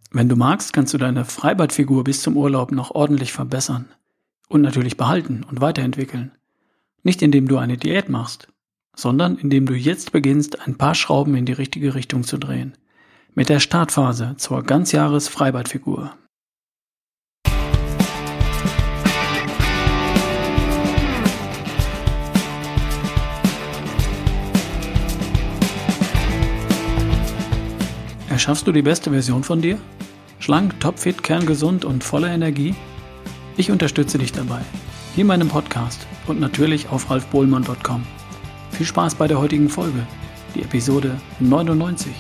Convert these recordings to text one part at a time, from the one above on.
Wenn du magst, kannst du deine Freibadfigur bis zum Urlaub noch ordentlich verbessern und natürlich behalten und weiterentwickeln. Nicht indem du eine Diät machst, sondern indem du jetzt beginnst, ein paar Schrauben in die richtige Richtung zu drehen. Mit der Startphase zur Ganzjahres-Freibadfigur. Erschaffst du die beste Version von dir? Schlank, topfit, kerngesund und voller Energie? Ich unterstütze dich dabei. Hier in meinem Podcast und natürlich auf ralfbohlmann.com. Viel Spaß bei der heutigen Folge, die Episode 99.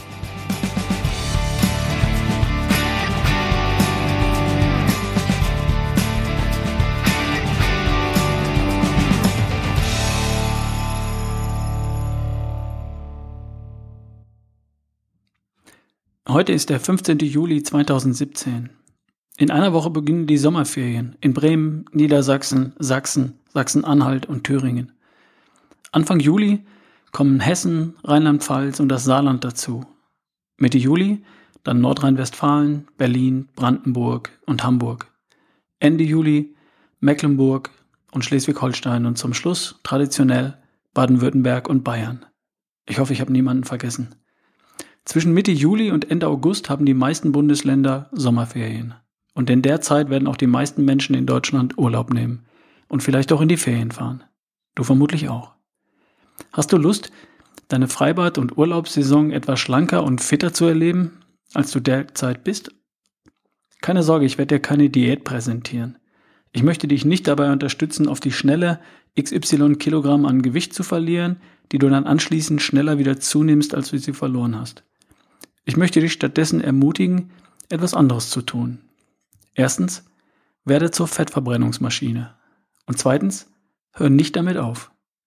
Heute ist der 15. Juli 2017. In einer Woche beginnen die Sommerferien in Bremen, Niedersachsen, Sachsen, Sachsen-Anhalt und Thüringen. Anfang Juli kommen Hessen, Rheinland-Pfalz und das Saarland dazu. Mitte Juli dann Nordrhein-Westfalen, Berlin, Brandenburg und Hamburg. Ende Juli Mecklenburg und Schleswig-Holstein und zum Schluss traditionell Baden-Württemberg und Bayern. Ich hoffe, ich habe niemanden vergessen. Zwischen Mitte Juli und Ende August haben die meisten Bundesländer Sommerferien. Und in der Zeit werden auch die meisten Menschen in Deutschland Urlaub nehmen und vielleicht auch in die Ferien fahren. Du vermutlich auch. Hast du Lust, deine Freibad- und Urlaubssaison etwas schlanker und fitter zu erleben, als du derzeit bist? Keine Sorge, ich werde dir keine Diät präsentieren. Ich möchte dich nicht dabei unterstützen, auf die Schnelle XY Kilogramm an Gewicht zu verlieren, die du dann anschließend schneller wieder zunimmst, als du sie verloren hast. Ich möchte dich stattdessen ermutigen, etwas anderes zu tun. Erstens, werde zur Fettverbrennungsmaschine. Und zweitens, hör nicht damit auf.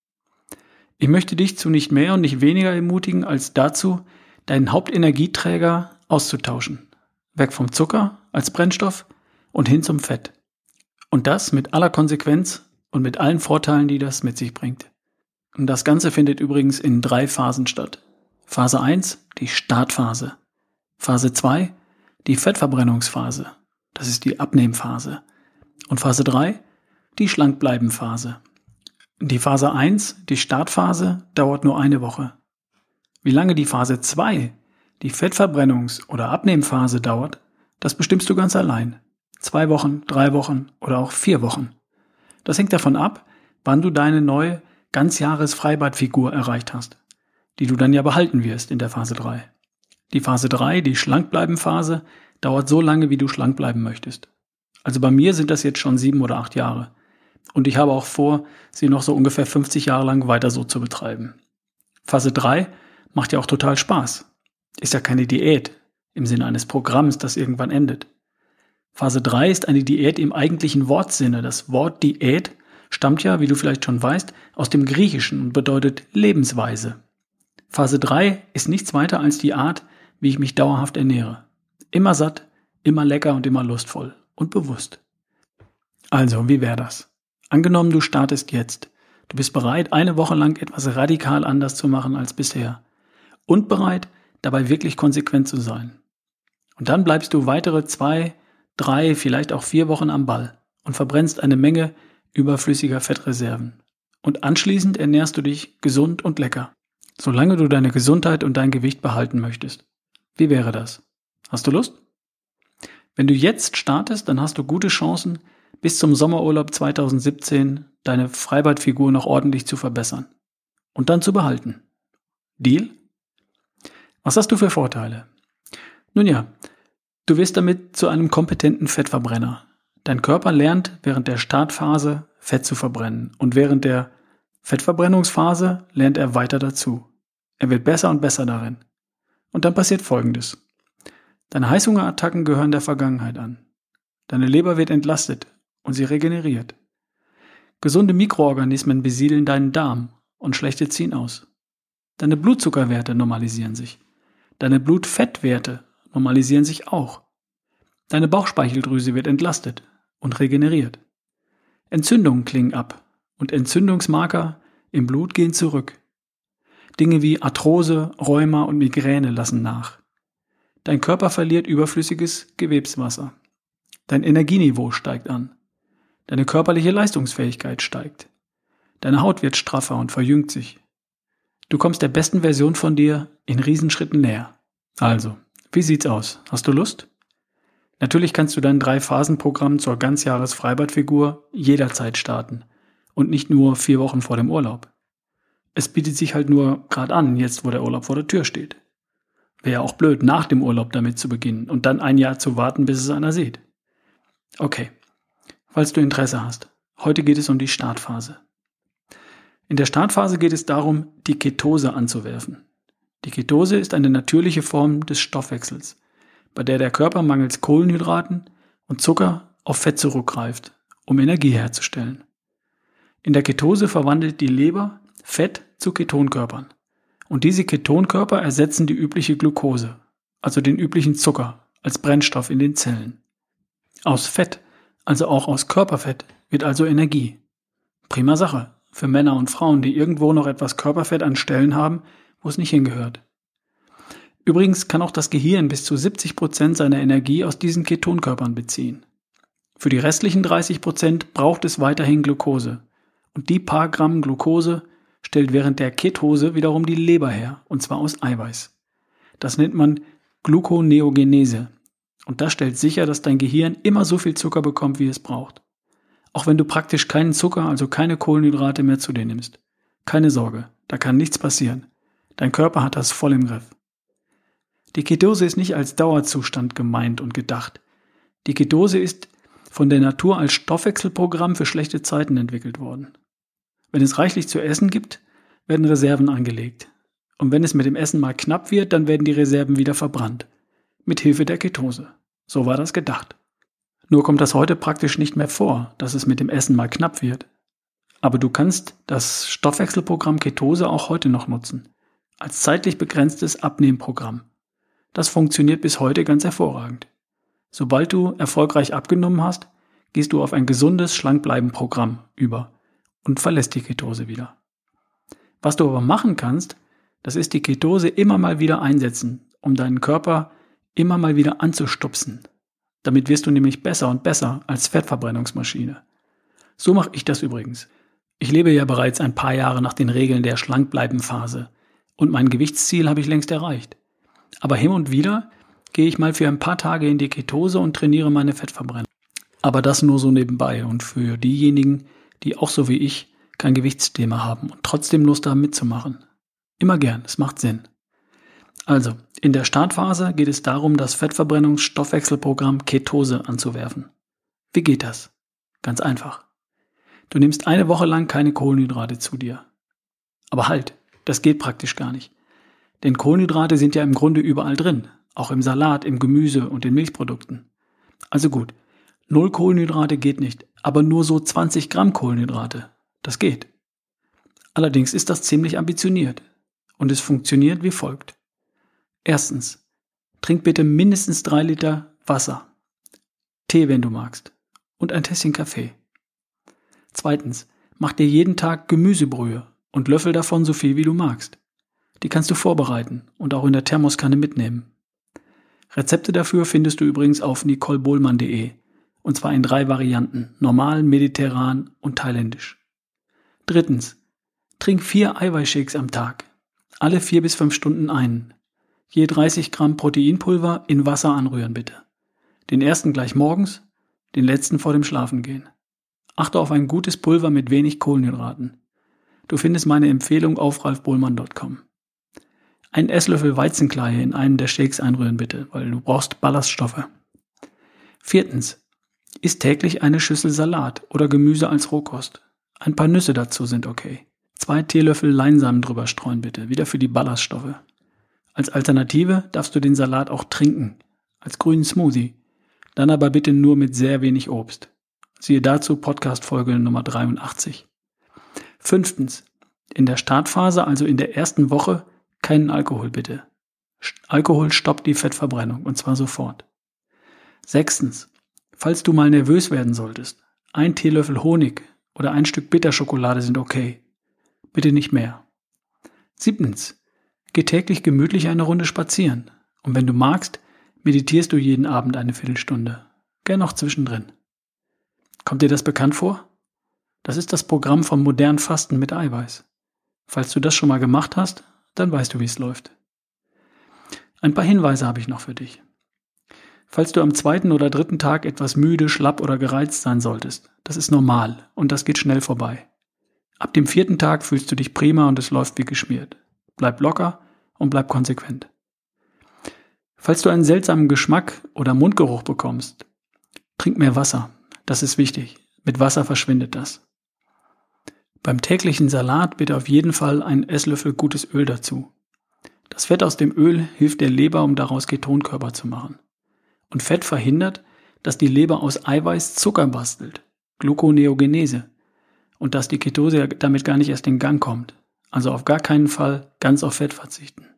Ich möchte dich zu nicht mehr und nicht weniger ermutigen, als dazu, deinen Hauptenergieträger auszutauschen. Weg vom Zucker als Brennstoff und hin zum Fett. Und das mit aller Konsequenz und mit allen Vorteilen, die das mit sich bringt. Und das Ganze findet übrigens in 3 Phasen statt. Phase 1, die Startphase. Phase 2, die Fettverbrennungsphase. Das ist die Abnehmphase. Und Phase 3, die Schlankbleibenphase. Die Phase 1, die Startphase, dauert nur eine Woche. Wie lange die Phase 2, die Fettverbrennungs- oder Abnehmphase dauert, das bestimmst du ganz allein. 2 Wochen, 3 Wochen oder auch 4 Wochen. Das hängt davon ab, wann du deine neue Ganzjahres-Freibadfigur erreicht hast, die du dann ja behalten wirst in der Phase 3. Die Phase 3, die Schlankbleiben-Phase, dauert so lange, wie du schlank bleiben möchtest. Also bei mir sind das jetzt schon 7 oder 8 Jahre. Und ich habe auch vor, sie noch so ungefähr 50 Jahre lang weiter so zu betreiben. Phase 3 macht ja auch total Spaß. Ist ja keine Diät im Sinne eines Programms, das irgendwann endet. Phase 3 ist eine Diät im eigentlichen Wortsinne. Das Wort Diät stammt ja, wie du vielleicht schon weißt, aus dem Griechischen und bedeutet Lebensweise. Phase 3 ist nichts weiter als die Art, wie ich mich dauerhaft ernähre. Immer satt, immer lecker und immer lustvoll und bewusst. Also, wie wäre das? Angenommen, du startest jetzt. Du bist bereit, eine Woche lang etwas radikal anders zu machen als bisher. Und bereit, dabei wirklich konsequent zu sein. Und dann bleibst du weitere 2, 3, vielleicht auch 4 Wochen am Ball und verbrennst eine Menge überflüssiger Fettreserven. Und anschließend ernährst du dich gesund und lecker, solange du deine Gesundheit und dein Gewicht behalten möchtest. Wie wäre das? Hast du Lust? Wenn du jetzt startest, dann hast du gute Chancen, bis zum Sommerurlaub 2017 deine Freibadfigur noch ordentlich zu verbessern und dann zu behalten. Deal? Was hast du für Vorteile? Nun ja, du wirst damit zu einem kompetenten Fettverbrenner. Dein Körper lernt während der Startphase Fett zu verbrennen und während der Fettverbrennungsphase lernt er weiter dazu. Er wird besser und besser darin. Und dann passiert Folgendes. Deine Heißhungerattacken gehören der Vergangenheit an. Deine Leber wird entlastet und sie regeneriert. Gesunde Mikroorganismen besiedeln deinen Darm und schlechte ziehen aus. Deine Blutzuckerwerte normalisieren sich. Deine Blutfettwerte normalisieren sich auch. Deine Bauchspeicheldrüse wird entlastet und regeneriert. Entzündungen klingen ab und Entzündungsmarker im Blut gehen zurück. Dinge wie Arthrose, Rheuma und Migräne lassen nach. Dein Körper verliert überflüssiges Gewebswasser. Dein Energieniveau steigt an. Deine körperliche Leistungsfähigkeit steigt. Deine Haut wird straffer und verjüngt sich. Du kommst der besten Version von dir in Riesenschritten näher. Also, wie sieht's aus? Hast du Lust? Natürlich kannst du dein 3-Phasen-Programm zur Ganzjahres-Freibadfigur jederzeit starten und nicht nur 4 Wochen vor dem Urlaub. Es bietet sich halt nur gerade an, jetzt wo der Urlaub vor der Tür steht. Wäre ja auch blöd, nach dem Urlaub damit zu beginnen und dann ein Jahr zu warten, bis es einer sieht. Okay, falls du Interesse hast, heute geht es um die Startphase. In der Startphase geht es darum, die Ketose anzuwerfen. Die Ketose ist eine natürliche Form des Stoffwechsels, bei der der Körper mangels Kohlenhydraten und Zucker auf Fett zurückgreift, um Energie herzustellen. In der Ketose verwandelt die Leber Fett zu Ketonkörpern. Und diese Ketonkörper ersetzen die übliche Glucose, also den üblichen Zucker, als Brennstoff in den Zellen. Aus Fett, also auch aus Körperfett, wird also Energie. Prima Sache für Männer und Frauen, die irgendwo noch etwas Körperfett an Stellen haben, wo es nicht hingehört. Übrigens kann auch das Gehirn bis zu 70% seiner Energie aus diesen Ketonkörpern beziehen. Für die restlichen 30% braucht es weiterhin Glucose. Und die paar Gramm Glucose stellt während der Ketose wiederum die Leber her, und zwar aus Eiweiß. Das nennt man Gluconeogenese. Und das stellt sicher, dass dein Gehirn immer so viel Zucker bekommt, wie es braucht. Auch wenn du praktisch keinen Zucker, also keine Kohlenhydrate mehr zu dir nimmst. Keine Sorge, da kann nichts passieren. Dein Körper hat das voll im Griff. Die Ketose ist nicht als Dauerzustand gemeint und gedacht. Die Ketose ist von der Natur als Stoffwechselprogramm für schlechte Zeiten entwickelt worden. Wenn es reichlich zu essen gibt, werden Reserven angelegt. Und wenn es mit dem Essen mal knapp wird, dann werden die Reserven wieder verbrannt. Mit Hilfe der Ketose. So war das gedacht. Nur kommt das heute praktisch nicht mehr vor, dass es mit dem Essen mal knapp wird. Aber du kannst das Stoffwechselprogramm Ketose auch heute noch nutzen. Als zeitlich begrenztes Abnehmprogramm. Das funktioniert bis heute ganz hervorragend. Sobald du erfolgreich abgenommen hast, gehst du auf ein gesundes Schlankbleiben-Programm über und verlässt die Ketose wieder. Was du aber machen kannst, das ist die Ketose immer mal wieder einsetzen, um deinen Körper immer mal wieder anzustupsen. Damit wirst du nämlich besser und besser als Fettverbrennungsmaschine. So mache ich das übrigens. Ich lebe ja bereits ein paar Jahre nach den Regeln der Schlankbleiben-Phase und mein Gewichtsziel habe ich längst erreicht. Aber hin und wieder gehe ich mal für ein paar Tage in die Ketose und trainiere meine Fettverbrennung. Aber das nur so nebenbei und für diejenigen, die auch so wie ich kein Gewichtsthema haben und trotzdem Lust haben mitzumachen. Immer gern, es macht Sinn. Also, in der Startphase geht es darum, das Fettverbrennungsstoffwechselprogramm Ketose anzuwerfen. Wie geht das? Ganz einfach. Du nimmst eine Woche lang keine Kohlenhydrate zu dir. Aber halt, das geht praktisch gar nicht. Denn Kohlenhydrate sind ja im Grunde überall drin, auch im Salat, im Gemüse und in Milchprodukten. Also gut, 0 Kohlenhydrate geht nicht, aber nur so 20 Gramm Kohlenhydrate, das geht. Allerdings ist das ziemlich ambitioniert und es funktioniert wie folgt. Erstens, trink bitte mindestens 3 Liter Wasser, Tee, wenn du magst, und ein Tässchen Kaffee. Zweitens, mach dir jeden Tag Gemüsebrühe und löffel davon so viel wie du magst. Die kannst du vorbereiten und auch in der Thermoskanne mitnehmen. Rezepte dafür findest du übrigens auf nicolebohlmann.de und zwar in 3 Varianten, normal, mediterran und thailändisch. Drittens, trink 4 Eiweißshakes am Tag, alle 4 bis 5 Stunden einen. Je 30 Gramm Proteinpulver in Wasser anrühren bitte. Den ersten gleich morgens, den letzten vor dem Schlafengehen. Achte auf ein gutes Pulver mit wenig Kohlenhydraten. Du findest meine Empfehlung auf ralfbohlmann.com. Einen Esslöffel Weizenkleie in einen der Shakes einrühren bitte, weil du brauchst Ballaststoffe. Viertens, iss täglich eine Schüssel Salat oder Gemüse als Rohkost. Ein paar Nüsse dazu sind okay. 2 Teelöffel Leinsamen drüber streuen bitte, wieder für die Ballaststoffe. Als Alternative darfst du den Salat auch trinken, als grünen Smoothie. Dann aber bitte nur mit sehr wenig Obst. Siehe dazu Podcast-Folge Nummer 83. Fünftens, in der Startphase, also in der ersten Woche, keinen Alkohol bitte. Alkohol stoppt die Fettverbrennung und zwar sofort. Sechstens, falls du mal nervös werden solltest, 1 Teelöffel Honig oder ein Stück Bitterschokolade sind okay. Bitte nicht mehr. Siebtens, geh täglich gemütlich eine Runde spazieren und wenn du magst, meditierst du jeden Abend eine Viertelstunde, gern auch zwischendrin. Kommt dir das bekannt vor? Das ist das Programm vom modernen Fasten mit Eiweiß. Falls du das schon mal gemacht hast, dann weißt du, wie es läuft. Ein paar Hinweise habe ich noch für dich. Falls du am 2. oder 3. Tag etwas müde, schlapp oder gereizt sein solltest, das ist normal und das geht schnell vorbei. Ab dem 4. Tag fühlst du dich prima und es läuft wie geschmiert. Bleib locker und bleib konsequent. Falls du einen seltsamen Geschmack oder Mundgeruch bekommst, trink mehr Wasser. Das ist wichtig. Mit Wasser verschwindet das. Beim täglichen Salat bitte auf jeden Fall einen Esslöffel gutes Öl dazu. Das Fett aus dem Öl hilft der Leber, um daraus Ketonkörper zu machen. Und Fett verhindert, dass die Leber aus Eiweiß Zucker bastelt, Gluconeogenese, und dass die Ketose damit gar nicht erst in Gang kommt. Also auf gar keinen Fall ganz auf Fett verzichten.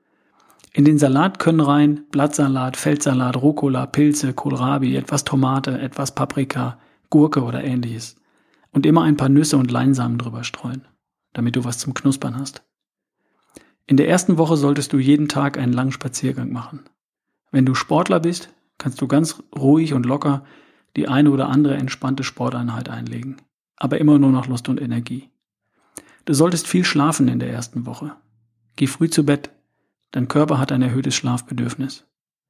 In den Salat können rein Blattsalat, Feldsalat, Rucola, Pilze, Kohlrabi, etwas Tomate, etwas Paprika, Gurke oder ähnliches. Und immer ein paar Nüsse und Leinsamen drüber streuen, damit du was zum Knuspern hast. In der ersten Woche solltest du jeden Tag einen langen Spaziergang machen. Wenn du Sportler bist, kannst du ganz ruhig und locker die eine oder andere entspannte Sporteinheit einlegen. Aber immer nur nach Lust und Energie. Du solltest viel schlafen in der ersten Woche. Geh früh zu Bett. Dein Körper hat ein erhöhtes Schlafbedürfnis.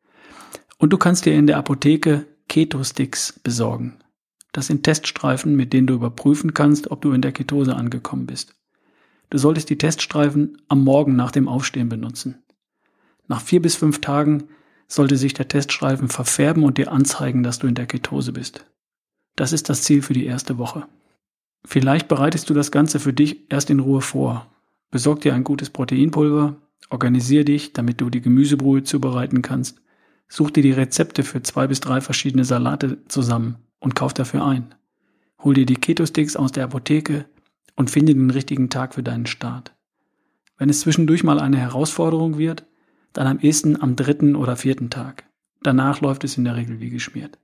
Und du kannst dir in der Apotheke Keto-Sticks besorgen. Das sind Teststreifen, mit denen du überprüfen kannst, ob du in der Ketose angekommen bist. Du solltest die Teststreifen am Morgen nach dem Aufstehen benutzen. Nach 4 bis 5 Tagen sollte sich der Teststreifen verfärben und dir anzeigen, dass du in der Ketose bist. Das ist das Ziel für die erste Woche. Vielleicht bereitest du das Ganze für dich erst in Ruhe vor. Besorg dir ein gutes Proteinpulver, organisier dich, damit du die Gemüsebrühe zubereiten kannst, such dir die Rezepte für 2 bis 3 verschiedene Salate zusammen und kauf dafür ein. Hol dir die Keto-Sticks aus der Apotheke und finde den richtigen Tag für deinen Start. Wenn es zwischendurch mal eine Herausforderung wird, dann am ehesten am 3. oder 4. Tag. Danach läuft es in der Regel wie geschmiert.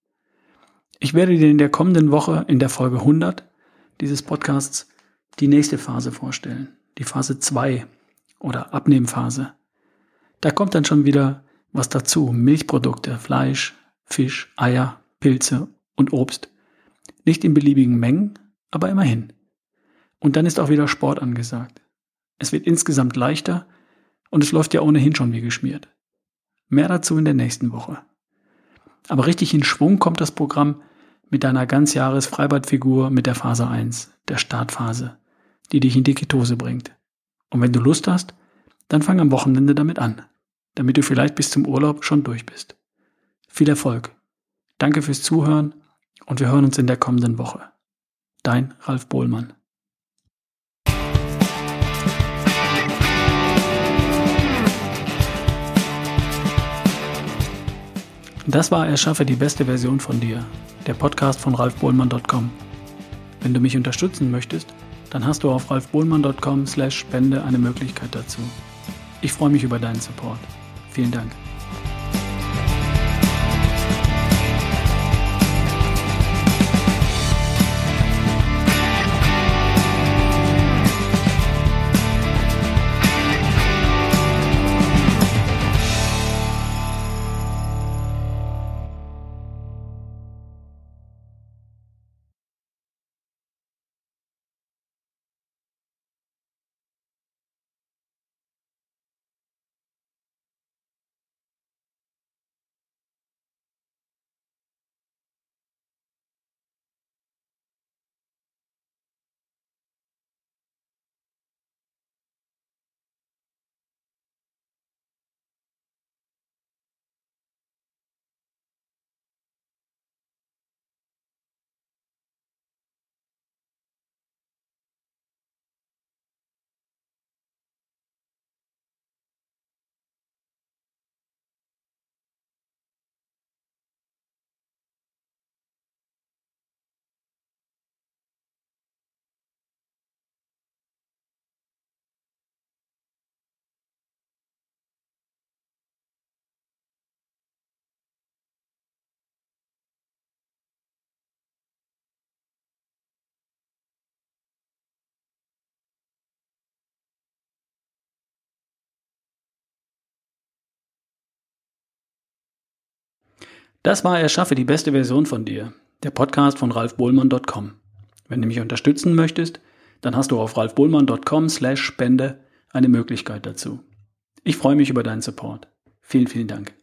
Ich werde dir in der kommenden Woche, in der Folge 100 dieses Podcasts, die nächste Phase vorstellen. Die Phase 2 oder Abnehmphase. Da kommt dann schon wieder was dazu. Milchprodukte, Fleisch, Fisch, Eier, Pilze und Obst. Nicht in beliebigen Mengen, aber immerhin. Und dann ist auch wieder Sport angesagt. Es wird insgesamt leichter und es läuft ja ohnehin schon wie geschmiert. Mehr dazu in der nächsten Woche. Aber richtig in Schwung kommt das Programm mit deiner Ganzjahres-Freibadfigur mit der Phase 1, der Startphase, die dich in die Ketose bringt. Und wenn du Lust hast, dann fang am Wochenende damit an, damit du vielleicht bis zum Urlaub schon durch bist. Viel Erfolg. Danke fürs Zuhören und wir hören uns in der kommenden Woche. Dein Ralf Bohlmann. Das war Erschaffe die beste Version von dir, der Podcast von ralfbohlmann.com. Wenn du mich unterstützen möchtest, dann hast du auf ralfbohlmann.com/Spende eine Möglichkeit dazu. Ich freue mich über deinen Support. Vielen Dank. Das war Erschaffe die beste Version von dir, der Podcast von ralfbohlmann.com. Wenn du mich unterstützen möchtest, dann hast du auf ralfbohlmann.com/Spende eine Möglichkeit dazu. Ich freue mich über deinen Support. Vielen, vielen Dank.